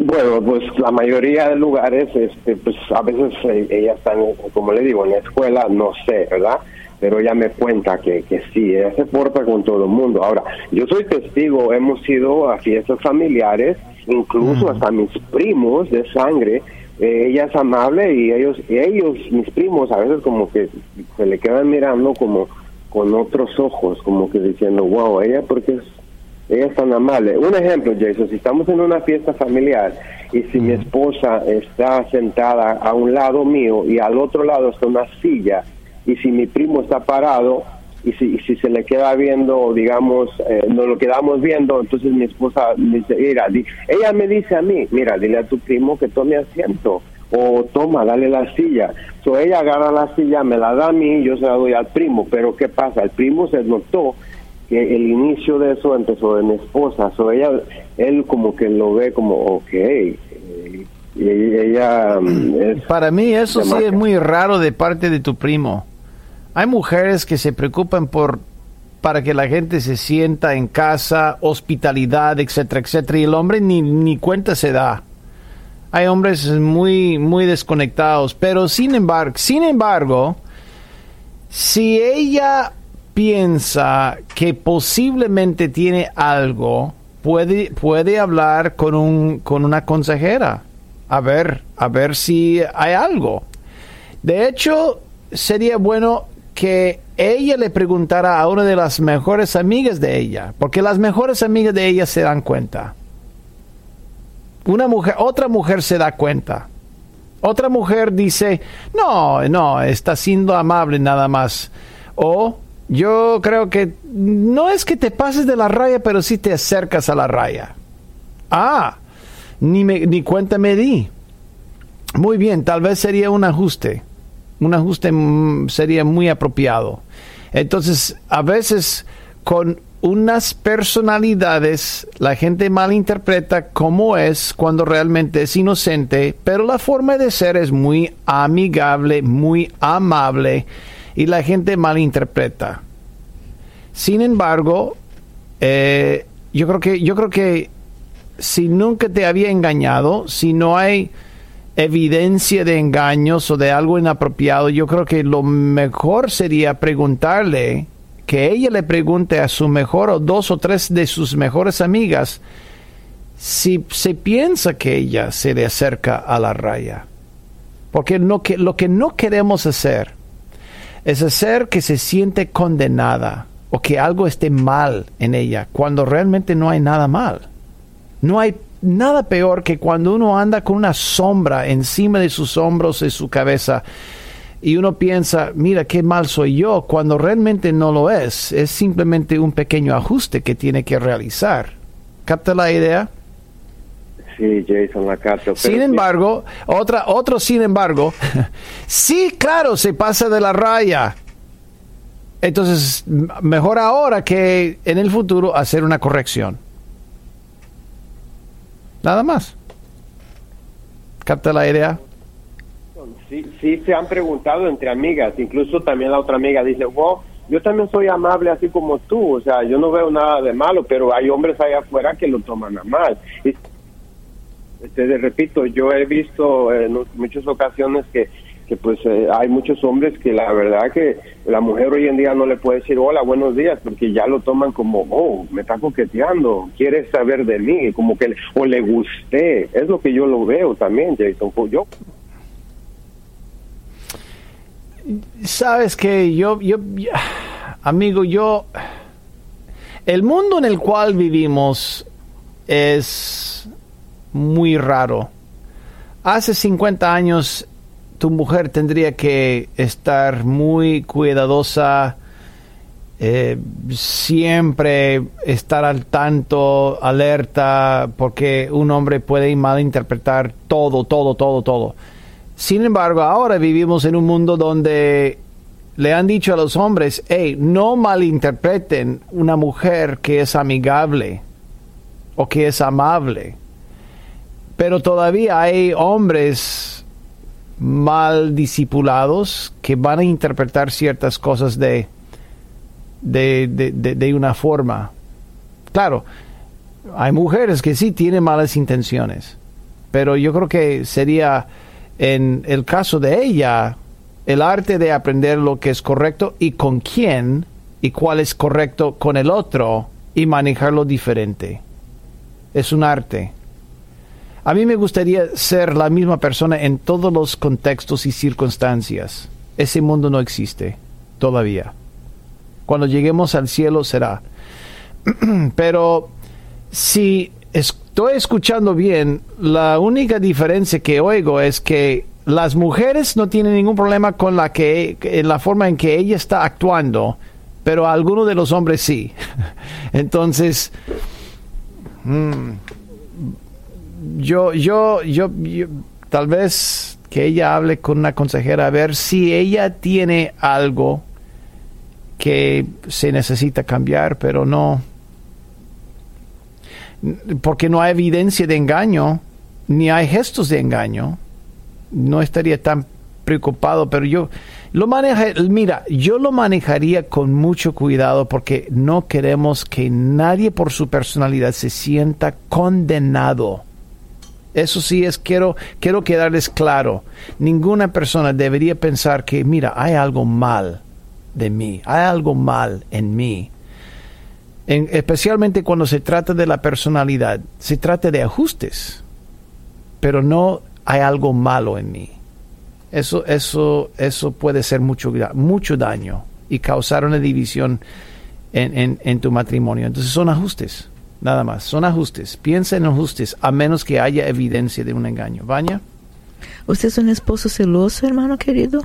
Bueno, pues la mayoría de lugares, pues a veces ella está, como le digo, en la escuela, no sé, ¿verdad? Pero ella me cuenta que sí, ella se porta con todo el mundo. Ahora, yo soy testigo, hemos ido a fiestas familiares, incluso hasta mis primos de sangre, ella es amable y ellos, mis primos, a veces como que se le quedan mirando como con otros ojos, como que diciendo, wow, ella es tan amable. Un ejemplo, Jason, si estamos en una fiesta familiar y si mi esposa está sentada a un lado mío y al otro lado está una silla, y si mi primo está parado y si se le queda viendo, digamos, nos lo quedamos viendo, entonces mi esposa me dice, mira, ella me dice a mí, mira, dile a tu primo que tome asiento, o toma, dale la silla. So ella agarra la silla, me la da a mí, yo se la doy al primo, pero ¿qué pasa? El primo se notó que el inicio de eso empezó de mi esposa, so él como que lo ve como, okay, y ella para mí eso sí es muy raro de parte de tu primo. Hay mujeres que se preocupan para que la gente se sienta en casa, hospitalidad, etcétera, etcétera, y el hombre ni cuenta se da. Hay hombres muy, muy desconectados, pero sin embargo, si ella piensa que posiblemente tiene algo, puede hablar con una consejera, a ver si hay algo. De hecho, sería bueno que ella le preguntara a una de las mejores amigas de ella, porque las mejores amigas de ella se dan cuenta. Otra mujer se da cuenta. Otra mujer dice, no, está siendo amable nada más. O yo creo que no es que te pases de la raya, pero sí te acercas a la raya. Ni cuenta me di. Muy bien, tal vez sería un ajuste. Un ajuste sería muy apropiado. Entonces, a veces con unas personalidades la gente malinterpreta cómo es cuando realmente es inocente, pero la forma de ser es muy amigable, muy amable, y la gente malinterpreta. Sin embargo, yo creo que si nunca te había engañado, si no hay evidencia de engaños o de algo inapropiado, yo creo que lo mejor sería preguntarle, que ella le pregunte a su mejor o 2 o 3 de sus mejores amigas si se piensa que ella se le acerca a la raya. Porque lo que no queremos hacer es hacer que se siente condenada o que algo esté mal en ella, cuando realmente no hay nada mal. No hay nada peor que cuando uno anda con una sombra encima de sus hombros y su cabeza y uno piensa, mira qué mal soy yo, cuando realmente no lo es. Es simplemente un pequeño ajuste que tiene que realizar. ¿Capta la idea? Sí, Jason, la capto. Sin embargo, sin embargo, sí, claro, se pasa de la raya. Entonces, mejor ahora que en el futuro hacer una corrección. Nada más. ¿Capta la idea? Sí, se han preguntado entre amigas. Incluso también la otra amiga dice, wow, yo también soy amable así como tú. O sea, yo no veo nada de malo, pero hay hombres allá afuera que lo toman a mal. Repito, yo he visto en muchas ocasiones que pues hay muchos hombres que la verdad que la mujer hoy en día no le puede decir hola, buenos días, porque ya lo toman como, me está coqueteando, quiere saber de mí, como que o le gusté. Es lo que yo lo veo también, Jason. Sabes que amigo, el mundo en el cual vivimos es muy raro. Hace 50 años tu mujer tendría que estar muy cuidadosa, siempre estar al tanto, alerta, porque un hombre puede malinterpretar todo. Sin embargo, ahora vivimos en un mundo donde le han dicho a los hombres, no malinterpreten una mujer que es amigable o que es amable. Pero todavía hay hombres mal discipulados que van a interpretar ciertas cosas de una forma. Claro, hay mujeres que sí tienen malas intenciones, Pero yo creo que sería, en el caso de ella, el arte de aprender lo que es correcto y con quién y cuál es correcto con el otro y manejarlo diferente. Es un arte. A mí me gustaría ser la misma persona en todos los contextos y circunstancias. Ese mundo no existe todavía. Cuando lleguemos al cielo será. Pero si estoy escuchando bien, la única diferencia que oigo es que las mujeres no tienen ningún problema con la forma en que ella está actuando, pero algunos de los hombres sí. Entonces, yo tal vez que ella hable con una consejera a ver si ella tiene algo que se necesita cambiar, pero no, porque no hay evidencia de engaño, ni hay gestos de engaño. No estaría tan preocupado, pero yo lo manejaría con mucho cuidado, porque no queremos que nadie por su personalidad se sienta condenado. Eso sí quiero quedarles claro. Ninguna persona debería pensar que, mira, hay algo mal de mí, hay algo mal en mí. Especialmente cuando se trata de la personalidad, se trata de ajustes, pero no hay algo malo en mí. Eso puede ser mucho daño y causar una división en tu matrimonio. Entonces son ajustes, nada más, son ajustes. Piensa en ajustes, a menos que haya evidencia de un engaño. ¿Vania? ¿Usted es un esposo celoso, hermano querido?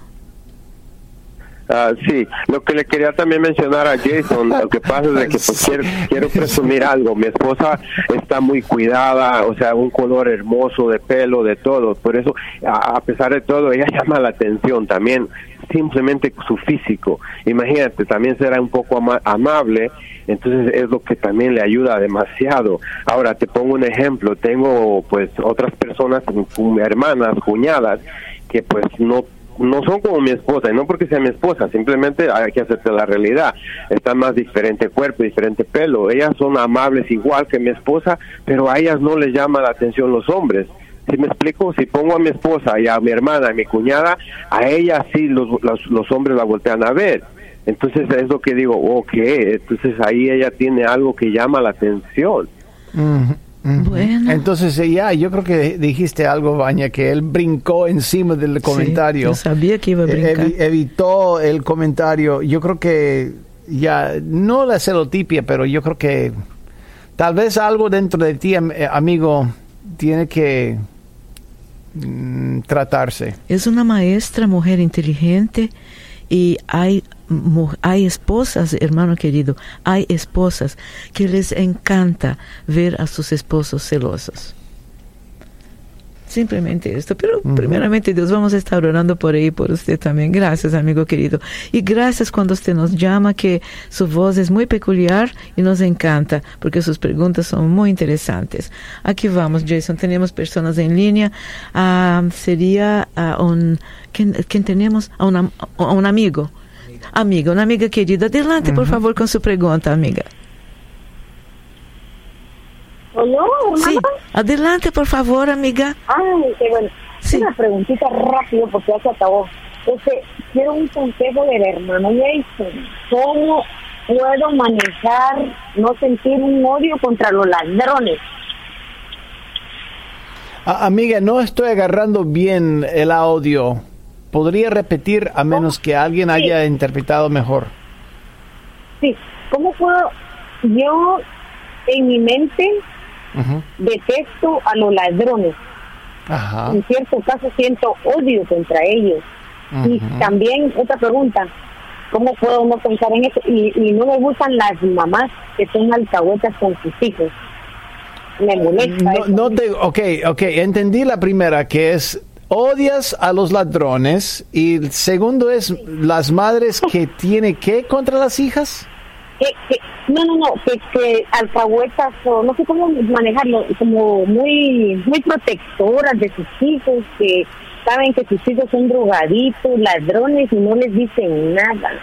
Sí, lo que le quería también mencionar a Jason, lo que pasa es de que pues, quiero presumir algo. Mi esposa está muy cuidada, o sea, un color hermoso de pelo, de todo. Por eso, a pesar de todo, ella llama la atención también, simplemente su físico. Imagínate, también será un poco amable, entonces es lo que también le ayuda demasiado. Ahora, te pongo un ejemplo. Tengo pues otras personas, hermanas, cuñadas, que pues no son como mi esposa, y no porque sea mi esposa, simplemente hay que aceptar la realidad. Está más diferente cuerpo, diferente pelo. Ellas son amables igual que mi esposa, pero a ellas no les llama la atención los hombres. ¿Sí me explico? Si pongo a mi esposa y a mi hermana, a mi cuñada, a ellas sí los hombres la voltean a ver. Entonces es lo que digo, ok, entonces ahí ella tiene algo que llama la atención. Bueno. Entonces yo creo que dijiste algo, Vania, que él brincó encima del comentario. Yo sabía que iba a brincar. Evitó el comentario. Yo creo que ya, no la celotipia, pero yo creo que tal vez algo dentro de ti, amigo, tiene que tratarse. Es una maestra, mujer inteligente, y hay esposas, hermano querido, hay esposas que les encanta ver a sus esposos celosos. Simplemente esto, pero primeramente Dios, vamos a estar orando por ahí, por usted también. Gracias, amigo querido. Y gracias cuando usted nos llama, que su voz es muy peculiar y nos encanta, porque sus preguntas son muy interesantes. Aquí vamos, Jason, tenemos personas en línea. Sería ¿quién tenemos? A un amigo. Una amiga querida. Adelante, por favor, con su pregunta, amiga. ¿Hola, hermana? Sí, adelante, por favor, amiga. Ay, qué bueno. Sí. Una preguntita rápido porque ya se acabó. Quiero un consejo del hermano Jason. ¿Cómo puedo manejar, no sentir un odio contra los ladrones? Amiga, no estoy agarrando bien el audio. ¿Podría repetir, a menos que alguien haya interpretado mejor? Sí. ¿Cómo puedo yo, en mi mente, detesto a los ladrones? Ajá. En cierto caso siento odio contra ellos. Y también otra pregunta, ¿cómo puedo no pensar en eso? Y no me gustan las mamás que son alcahuetas con sus hijos. Me molesta eso. Ok, entendí la primera, que es odias a los ladrones, y el segundo es las madres que tiene ¿qué contra las hijas? Que alcahuetas, o no sé cómo manejarlo, como muy protectoras de sus hijos, que saben que sus hijos son drogaditos, ladrones, y no les dicen nada.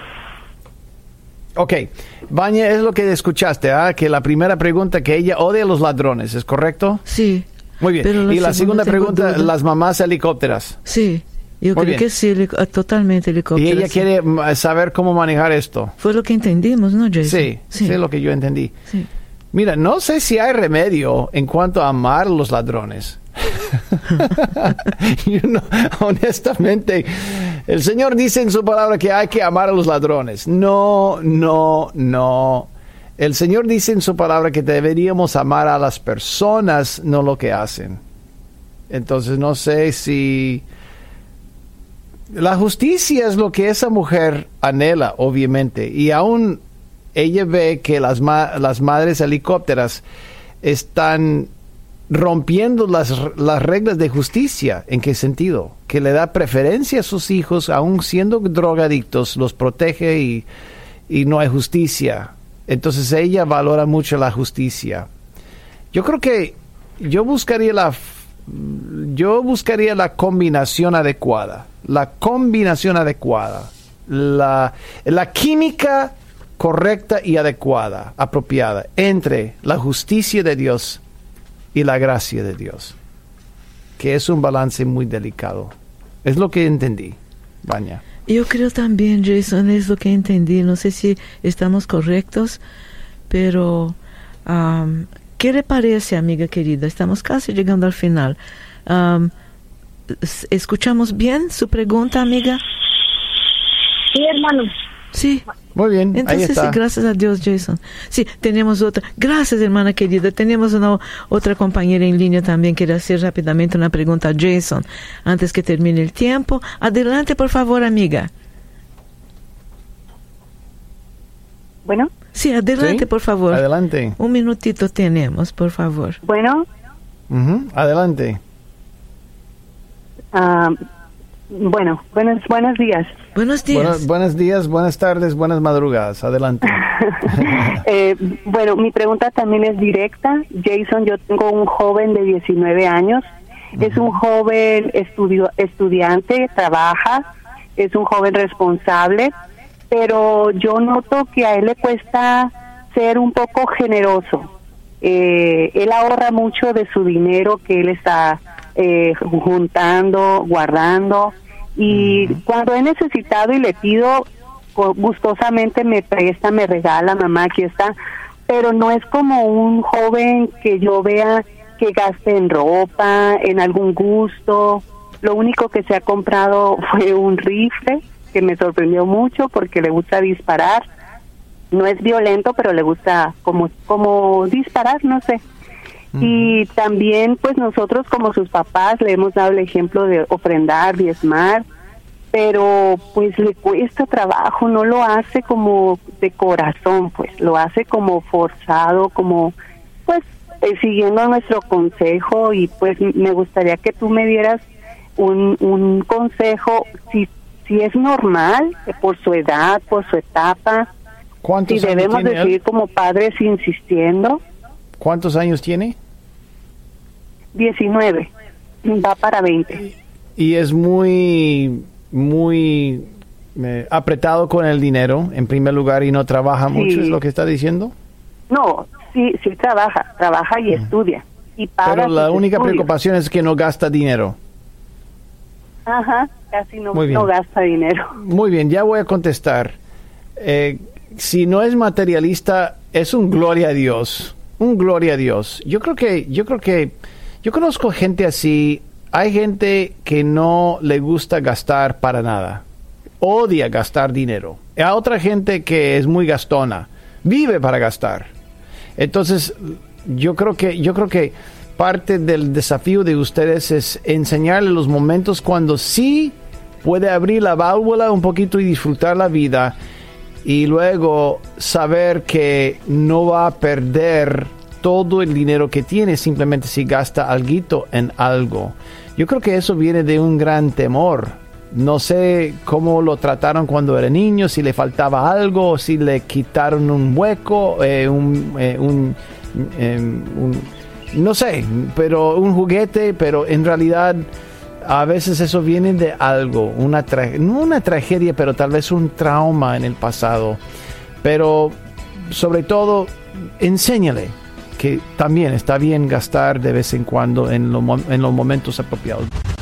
Ok, Vania, es lo que escuchaste, que la primera pregunta, que ella odia a los ladrones, ¿es correcto? Sí. Muy bien. Pero y la segunda pregunta, duda. las mamás helicópteras. Sí, yo Muy creo bien. que sí, totalmente Y helicópteros. ella quiere saber cómo manejar esto. Fue lo que entendimos, ¿no, Jason? Sí, es lo que yo entendí. Sí. Mira, no sé si hay remedio en cuanto a amar a los ladrones. Honestamente, el Señor dice en su palabra que hay que amar a los ladrones. No. El Señor dice en su palabra que deberíamos amar a las personas, no lo que hacen. Entonces no sé si... La justicia es lo que esa mujer anhela, obviamente. Y aún ella ve que las madres helicópteras están rompiendo las reglas de justicia. ¿En qué sentido? Que le da preferencia a sus hijos, aún siendo drogadictos, los protege y no hay justicia. Entonces ella valora mucho la justicia. Yo creo que yo buscaría la combinación adecuada. La combinación adecuada. La química correcta y adecuada, apropiada, entre la justicia de Dios y la gracia de Dios. Que es un balance muy delicado. Es lo que entendí, Vania. Yo creo también, Jason, es lo que entendí. No sé si estamos correctos, pero ¿qué le parece, amiga querida? Estamos casi llegando al final. ¿Escuchamos bien su pregunta, amiga? Sí, hermano. Sí. Muy bien, Entonces, ahí está. Sí, gracias a Dios, Jason. Sí, tenemos otra. Gracias, hermana querida. Tenemos otra compañera en línea también. Quiere hacer rápidamente una pregunta a Jason antes que termine el tiempo. Adelante, por favor, amiga. Bueno. Sí, adelante, ¿Sí? Por favor. Adelante. Un minutito tenemos, por favor. Bueno. Adelante. Bueno, buenos días. Buenos días. Buenos días, buenas tardes, buenas madrugadas. Adelante. Bueno, mi pregunta también es directa. Jason, yo tengo un joven de 19 años. Es un joven estudiante, trabaja, es un joven responsable, pero yo noto que a él le cuesta ser un poco generoso. Él ahorra mucho de su dinero que él está juntando, guardando, y cuando he necesitado y le pido, gustosamente me presta, me regala, mamá, aquí está, pero no es como un joven que yo vea que gaste en ropa, en algún gusto. Lo único que se ha comprado fue un rifle, que me sorprendió mucho porque le gusta disparar. No es violento, pero le gusta como disparar, no sé. Y también, pues nosotros como sus papás le hemos dado el ejemplo de ofrendar, diezmar, pero pues le cuesta trabajo, no lo hace como de corazón, pues lo hace como forzado, como pues siguiendo nuestro consejo. Y pues me gustaría que tú me dieras un consejo, si es normal, por su edad, por su etapa, si debemos de seguir como padres insistiendo. ¿Cuántos años tiene? 19, va para 20. Y es muy apretado con el dinero, en primer lugar, y no trabaja mucho, ¿es lo que está diciendo? No, sí trabaja y estudia. Y paga. Pero la única estudios. preocupación es que no gasta dinero. Ajá, casi no gasta dinero. Muy bien, ya voy a contestar. Si no es materialista, es un gloria a Dios. Un gloria a Dios. Yo conozco gente así. Hay gente que no le gusta gastar para nada. Odia gastar dinero. Hay otra gente que es muy gastona. Vive para gastar. Entonces, yo creo que parte del desafío de ustedes es enseñarle los momentos cuando sí puede abrir la válvula un poquito y disfrutar la vida, y luego saber que no va a perder todo el dinero que tiene simplemente si gasta alguito en algo. Yo creo que eso viene de un gran temor. No sé cómo lo trataron cuando era niño, si le faltaba algo, o si le quitaron un hueco, no sé, pero un juguete, pero en realidad a veces eso viene de algo, no una tragedia, pero tal vez un trauma en el pasado. Pero sobre todo, enséñale que también está bien gastar de vez en cuando en los momentos apropiados.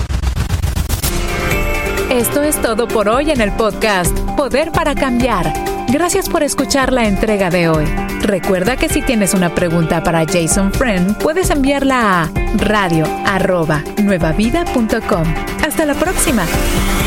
Esto es todo por hoy en el podcast Poder para Cambiar. Gracias por escuchar la entrega de hoy. Recuerda que si tienes una pregunta para Jason Friend, puedes enviarla a radio@nuevavida.com. Hasta la próxima.